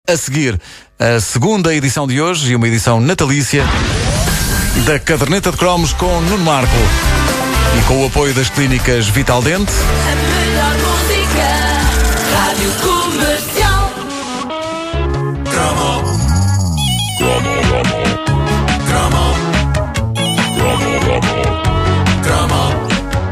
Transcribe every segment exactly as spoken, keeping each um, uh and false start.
A seguir, a segunda edição de hoje e uma edição natalícia da Caderneta de Cromos com Nuno Marco. E com o apoio das clínicas Vital Dente. A melhor música, Rádio Comercial. Cromo. Cromo, cromo. Cromo. Cromo, cromo. Cromo.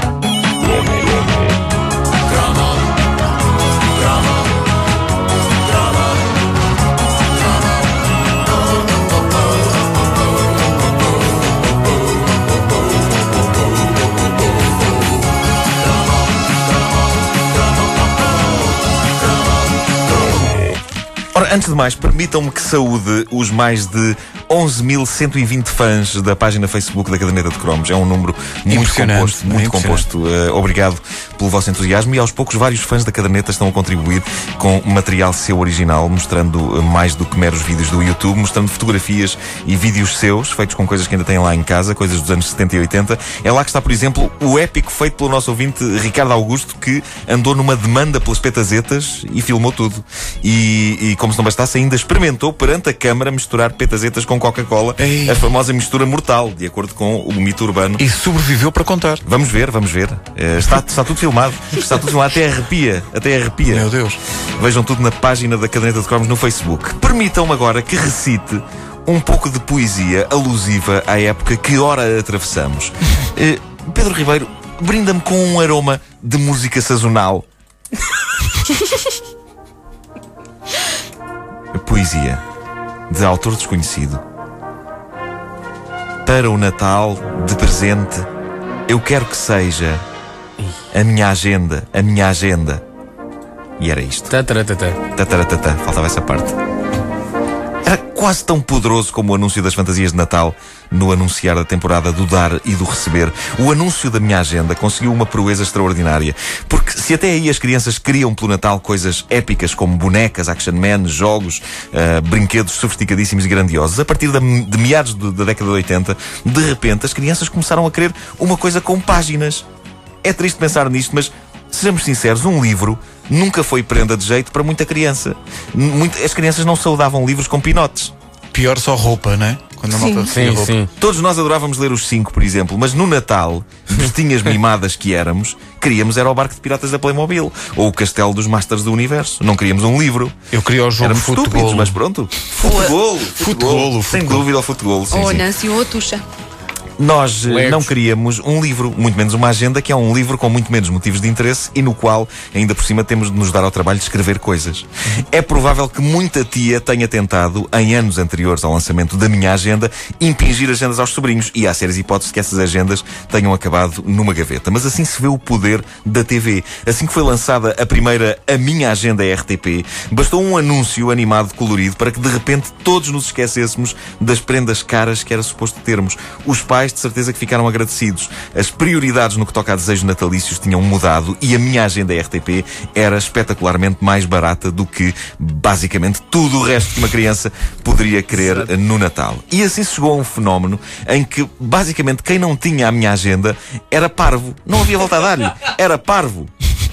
Ora, antes de mais, permitam-me que saúde os mais de onze mil cento e vinte fãs da página Facebook da Caderneta de Cromos. É um número muito composto, muito composto. Uh, obrigado pelo vosso entusiasmo, e aos poucos vários fãs da Caderneta estão a contribuir com material seu original, mostrando uh, mais do que meros vídeos do YouTube, mostrando fotografias e vídeos seus, feitos com coisas que ainda têm lá em casa, coisas dos anos setenta e oitenta. É lá que está, por exemplo, o épico feito pelo nosso ouvinte Ricardo Augusto, que andou numa demanda pelas petazetas e filmou tudo. E, e como se não bastasse, ainda experimentou perante a câmara misturar petazetas com Coca-Cola, Ei. a famosa mistura mortal, de acordo com o mito urbano. E sobreviveu para contar. Vamos ver, vamos ver. Uh, está, está tudo filmado. Está tudo filmado. Até arrepia. Até arrepia. Meu Deus. Vejam tudo na página da Caderneta de Cromos no Facebook. Permitam-me agora que recite um pouco de poesia alusiva à época que ora atravessamos. Uh, Pedro Ribeiro, brinda-me com um aroma de música sazonal. Poesia de autor desconhecido. Para o Natal, de presente, eu quero que seja a minha agenda, a minha agenda. E era isto. Tataratata. Tataratata. Faltava essa parte. Era quase tão poderoso como o anúncio das fantasias de Natal no anunciar a temporada do dar e do receber. O anúncio da minha agenda conseguiu uma proeza extraordinária. Porque se até aí as crianças queriam pelo Natal coisas épicas como bonecas, action man, jogos, uh, brinquedos sofisticadíssimos e grandiosos, a partir da, de meados de, da década de oitenta, de repente as crianças começaram a querer uma coisa com páginas. É triste pensar nisto, mas sejamos sinceros, um livro nunca foi prenda de jeito para muita criança. Muito, as crianças não saudavam livros com pinotes. Pior só roupa, não é? Quando a malta vestia Sim, roupa. sim. Todos nós adorávamos ler os cinco, por exemplo, mas no Natal, bestinhas mimadas que éramos, queríamos era o barco de piratas da Playmobil ou o castelo dos Masters do Universo. Não queríamos um livro. Eu queria o jogo Éramos de futebol. estúpidos, mas pronto. Futebol, Futebol, sem futebol. dúvida, o futebol. Sim, Ou a sim. Nancy ou a Tuxa. Nós eh, Legos. não queríamos um livro, muito menos uma agenda, que é um livro com muito menos motivos de interesse e no qual, ainda por cima, temos de nos dar ao trabalho de escrever coisas. É provável que muita tia tenha tentado, em anos anteriores ao lançamento da minha agenda, impingir agendas aos sobrinhos, e há sérias hipóteses que essas agendas tenham acabado numa gaveta. Mas assim se vê o poder da T V. Assim que foi lançada a primeira A Minha Agenda R T P, bastou um anúncio animado colorido para que de repente todos nos esquecêssemos das prendas caras que era suposto termos. Os pais de certeza que ficaram agradecidos. As prioridades no que toca a desejos natalícios tinham mudado e a minha agenda R T P era espetacularmente mais barata do que basicamente tudo o resto que uma criança poderia querer no Natal. E assim se chegou a um fenómeno em que basicamente quem não tinha a minha agenda era parvo. Não havia volta a dar-lhe. Era parvo.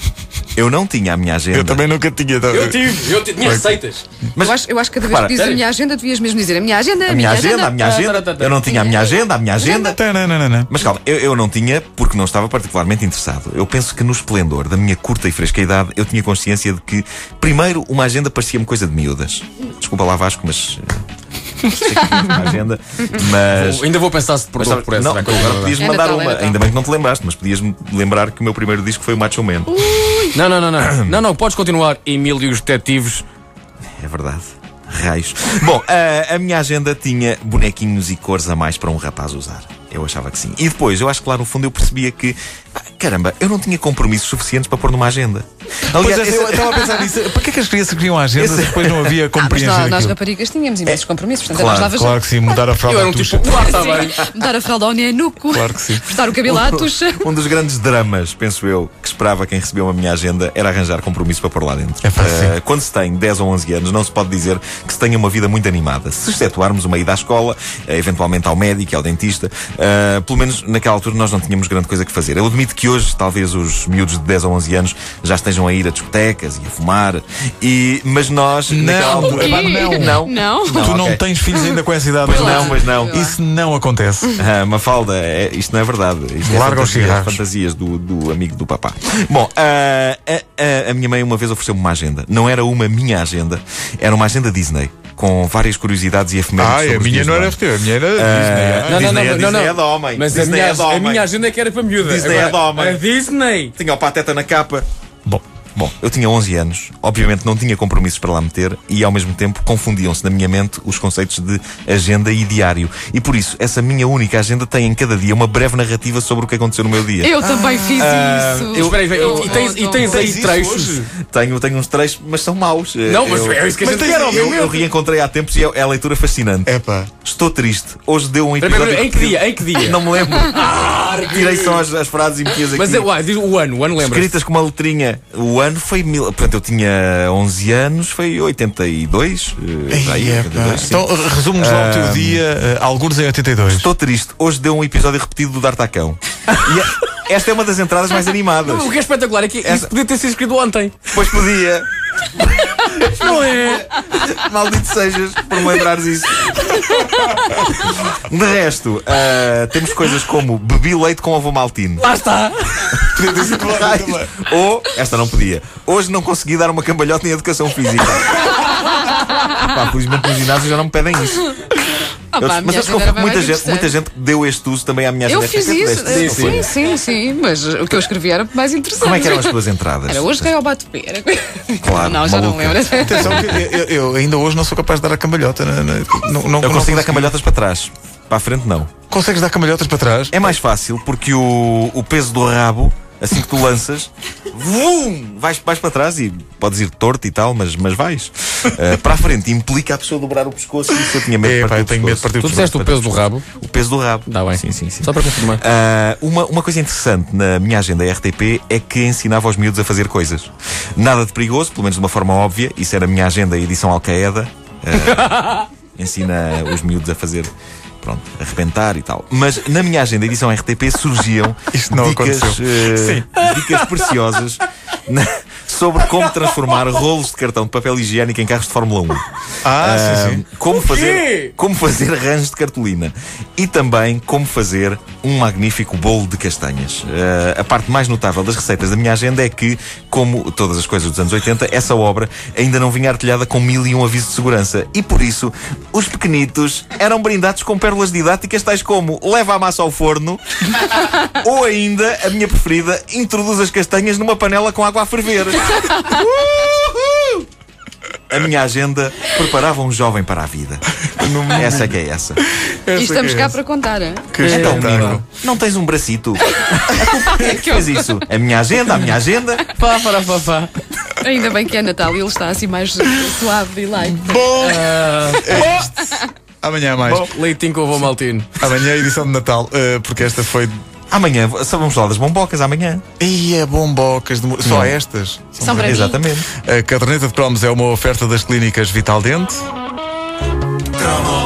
Eu não tinha a minha agenda. Eu também nunca tinha. Eu tive, eu tinha receitas. Mas, eu, acho, eu acho que cada vez repara, que dizes a sério? minha agenda, devias mesmo dizer a minha agenda, A minha agenda, a minha agenda. Eu não tinha a minha agenda, a minha agenda. Tananana. Mas calma, eu, eu não tinha porque não estava particularmente interessado. Eu penso que no esplendor da minha curta e fresca idade eu tinha consciência de que, primeiro, uma agenda parecia-me coisa de miúdas. Desculpa lá, Vasco, mas... eh, sei que tinha uma agenda, mas... Ainda vou pensar se te mas perdoo por essa. não, vai, agora vai, vai. podias-me É mandar Natal, é uma. Natal. Ainda bem que não te lembraste, mas podias-me lembrar que o meu primeiro disco foi o Macho Man. Não, não, não, não. Não, não, podes continuar. Emílio e os detetives. É verdade. Raios. Bom, a, a minha agenda tinha bonequinhos e cores a mais para um rapaz usar. Eu achava que sim. E depois, eu acho que lá no fundo eu percebia que, ah, caramba, eu não tinha compromissos suficientes para pôr numa agenda. Pois é, esse- eu estava a pensar nisso. Para que é que as crianças queriam agendas Esse- e depois não havia Ah, mas compreensão nós, nós daquilo? raparigas tínhamos imensos compromissos, portanto claro, nós dava Claro que sim, mudar a fralda Eu era à um tucha. tipo popular, está bem. Mudar a fralda ao nenuco, Claro que sim. cortar o cabelo à tuxa. Um dos grandes dramas, penso eu, que esperava quem recebeu a minha agenda era arranjar compromisso para pôr lá dentro. É fácil. Eh, quando se tem dez ou onze anos, não se pode dizer que se tenha uma vida muito animada. Se excetuarmos uma ida à escola, eh, eventualmente ao médico, ao dentista, eh, pelo menos naquela altura nós não tínhamos grande coisa que fazer. Eu admito Admito que hoje, talvez os miúdos de dez ou onze anos já estejam a ir a discotecas e a fumar, e, mas nós, naquela Não, altura. epá, não. Não. Não, Tu não ok. tens filhos ainda com essa idade. Pois mas não, pois não. Isso não acontece. Ah, Mafalda, é, isto não é verdade. Isto Larga é os fantasia, cigarros. fantasias do, do amigo do papá. Bom, ah, a, a, a minha mãe uma vez ofereceu-me uma agenda. Não era uma minha agenda, era uma agenda Disney, com várias curiosidades e efemérides. Ah, sobre a os minha dias não do era ano. R T, a minha era Ah, Disney. Não, não, Disney não, é- não, Disney não. é de homem. Mas a Disney minha, é de a homem. minha agenda é que era para miúda. Disney é de homem. A Disney. Tinha o Pateta na capa. Bom, bom, eu tinha onze anos, obviamente não tinha compromissos para lá meter e ao mesmo tempo confundiam-se na minha mente os conceitos de agenda e diário. E por isso, essa minha única agenda tem em cada dia uma breve narrativa sobre o que aconteceu no meu dia. Eu também fiz Ah, isso. eu- Espera aí, espera aí. E tens, e tens aí Tens isso trechos. hoje? Tenho, tenho uns trechos, mas são maus. Não, mas eu, é isso que a Mas gente tens- quer, eu, obviamente. eu reencontrei há tempos e é, é a leitura fascinante. Epá. Estou triste. Hoje deu um Espera aí, episódio. espera aí, em que dia? Em que dia? Não me lembro. Tirei só as, as frases e meti-as aqui. Mas é, uai, diz o ano, o ano lembra. Escritas com uma letrinha. O ano foi mil. Portanto, eu tinha onze anos, foi oitenta e dois. eh, Ei, para aí, epá. oitenta e dois, sim. Então, resume-nos lá o teu dia, eh, alguns em oitenta e dois. Estou triste. Hoje deu um episódio repetido do D'Artacão. E a- esta é uma das entradas mais animadas. O que é espetacular é que Essa- isso podia ter sido escrito ontem. Pois podia. Não é? Maldito sejas por me lembrares isso. De resto, ah, temos coisas como bebi leite com ovo maltine. Lá está. Ou, esta não podia, hoje não consegui dar uma cambalhota em educação física. Pá, felizmente no ginásio já não me pedem isso. Ah, Eu- pá, a mas minha eu desconfio agenda que era muita mais gente, muita interessante. gente deu este uso também à minha Eu agenda. fiz Esta é isso. deste, Sim, não foi? sim, sim, mas o que eu escrevi era mais interessante. Como é que eram as tuas entradas? Era hoje ganhei ao bate-pé. Era... Claro, não, já não maluca. lembro. Atenção, que eu, eu ainda hoje não sou capaz de dar a cambalhota. Não, não, não, não Eu consigo dar consegui. cambalhotas para trás. Para a frente, não. Consegues dar cambalhotas para trás? É mais fácil porque o, o peso do rabo, assim que tu lanças, vum, vais, vais para trás e podes ir torto e tal, mas, mas vais. Uh, para a frente implica a pessoa dobrar o pescoço e isso eu tinha medo de É, partir pá, eu o tenho medo de pescoço. partir o Tu disseste o peso do rabo. O peso do rabo. Dá bem. Sim, sim, sim. Só para confirmar. Uh, uma, uma coisa interessante na minha agenda R T P é que ensinava os miúdos a fazer coisas. Nada de perigoso, pelo menos de uma forma óbvia. Isso era a minha agenda edição Al-Qaeda. Uh, ensina os miúdos a fazer, pronto, arrebentar e tal. Mas na minha agenda edição R T P surgiam Isto não dicas, aconteceu. uh, dicas preciosas na- sobre como transformar rolos de cartão de papel higiênico em carros de Fórmula um. Ah, Ah, sim, sim. Como quê? fazer, como fazer arranjos de cartolina e também como fazer um magnífico bolo de castanhas. Ah, a parte mais notável das receitas da minha agenda é que, como todas as coisas dos anos oitenta, essa obra ainda não vinha artilhada com mil e um avisos de segurança e por isso os pequenitos eram brindados com pérolas didáticas tais como leva a massa ao forno ou ainda, a minha preferida, introduz as castanhas numa panela com água a ferver. Uhul! A minha agenda preparava um jovem para a vida. Essa é que é essa. E estamos cá para contar. Hein? Que Então, espetáculo. menino, não tens um bracito? Quem é que fez isso? A minha agenda, a minha agenda. Pá, para, pá, pá. Ainda bem que é Natal e ele está assim mais suave e light. Bom, é isto. Amanhã há mais. Bom, leitinho com o vô Maltino. Amanhã é a edição de Natal, eh, porque esta foi. Amanhã, só vamos falar das bombocas amanhã. E é bombocas, de... só Não. estas. São para mim. Exatamente. A caderneta de cromos é uma oferta das clínicas Vital Dente. Come on.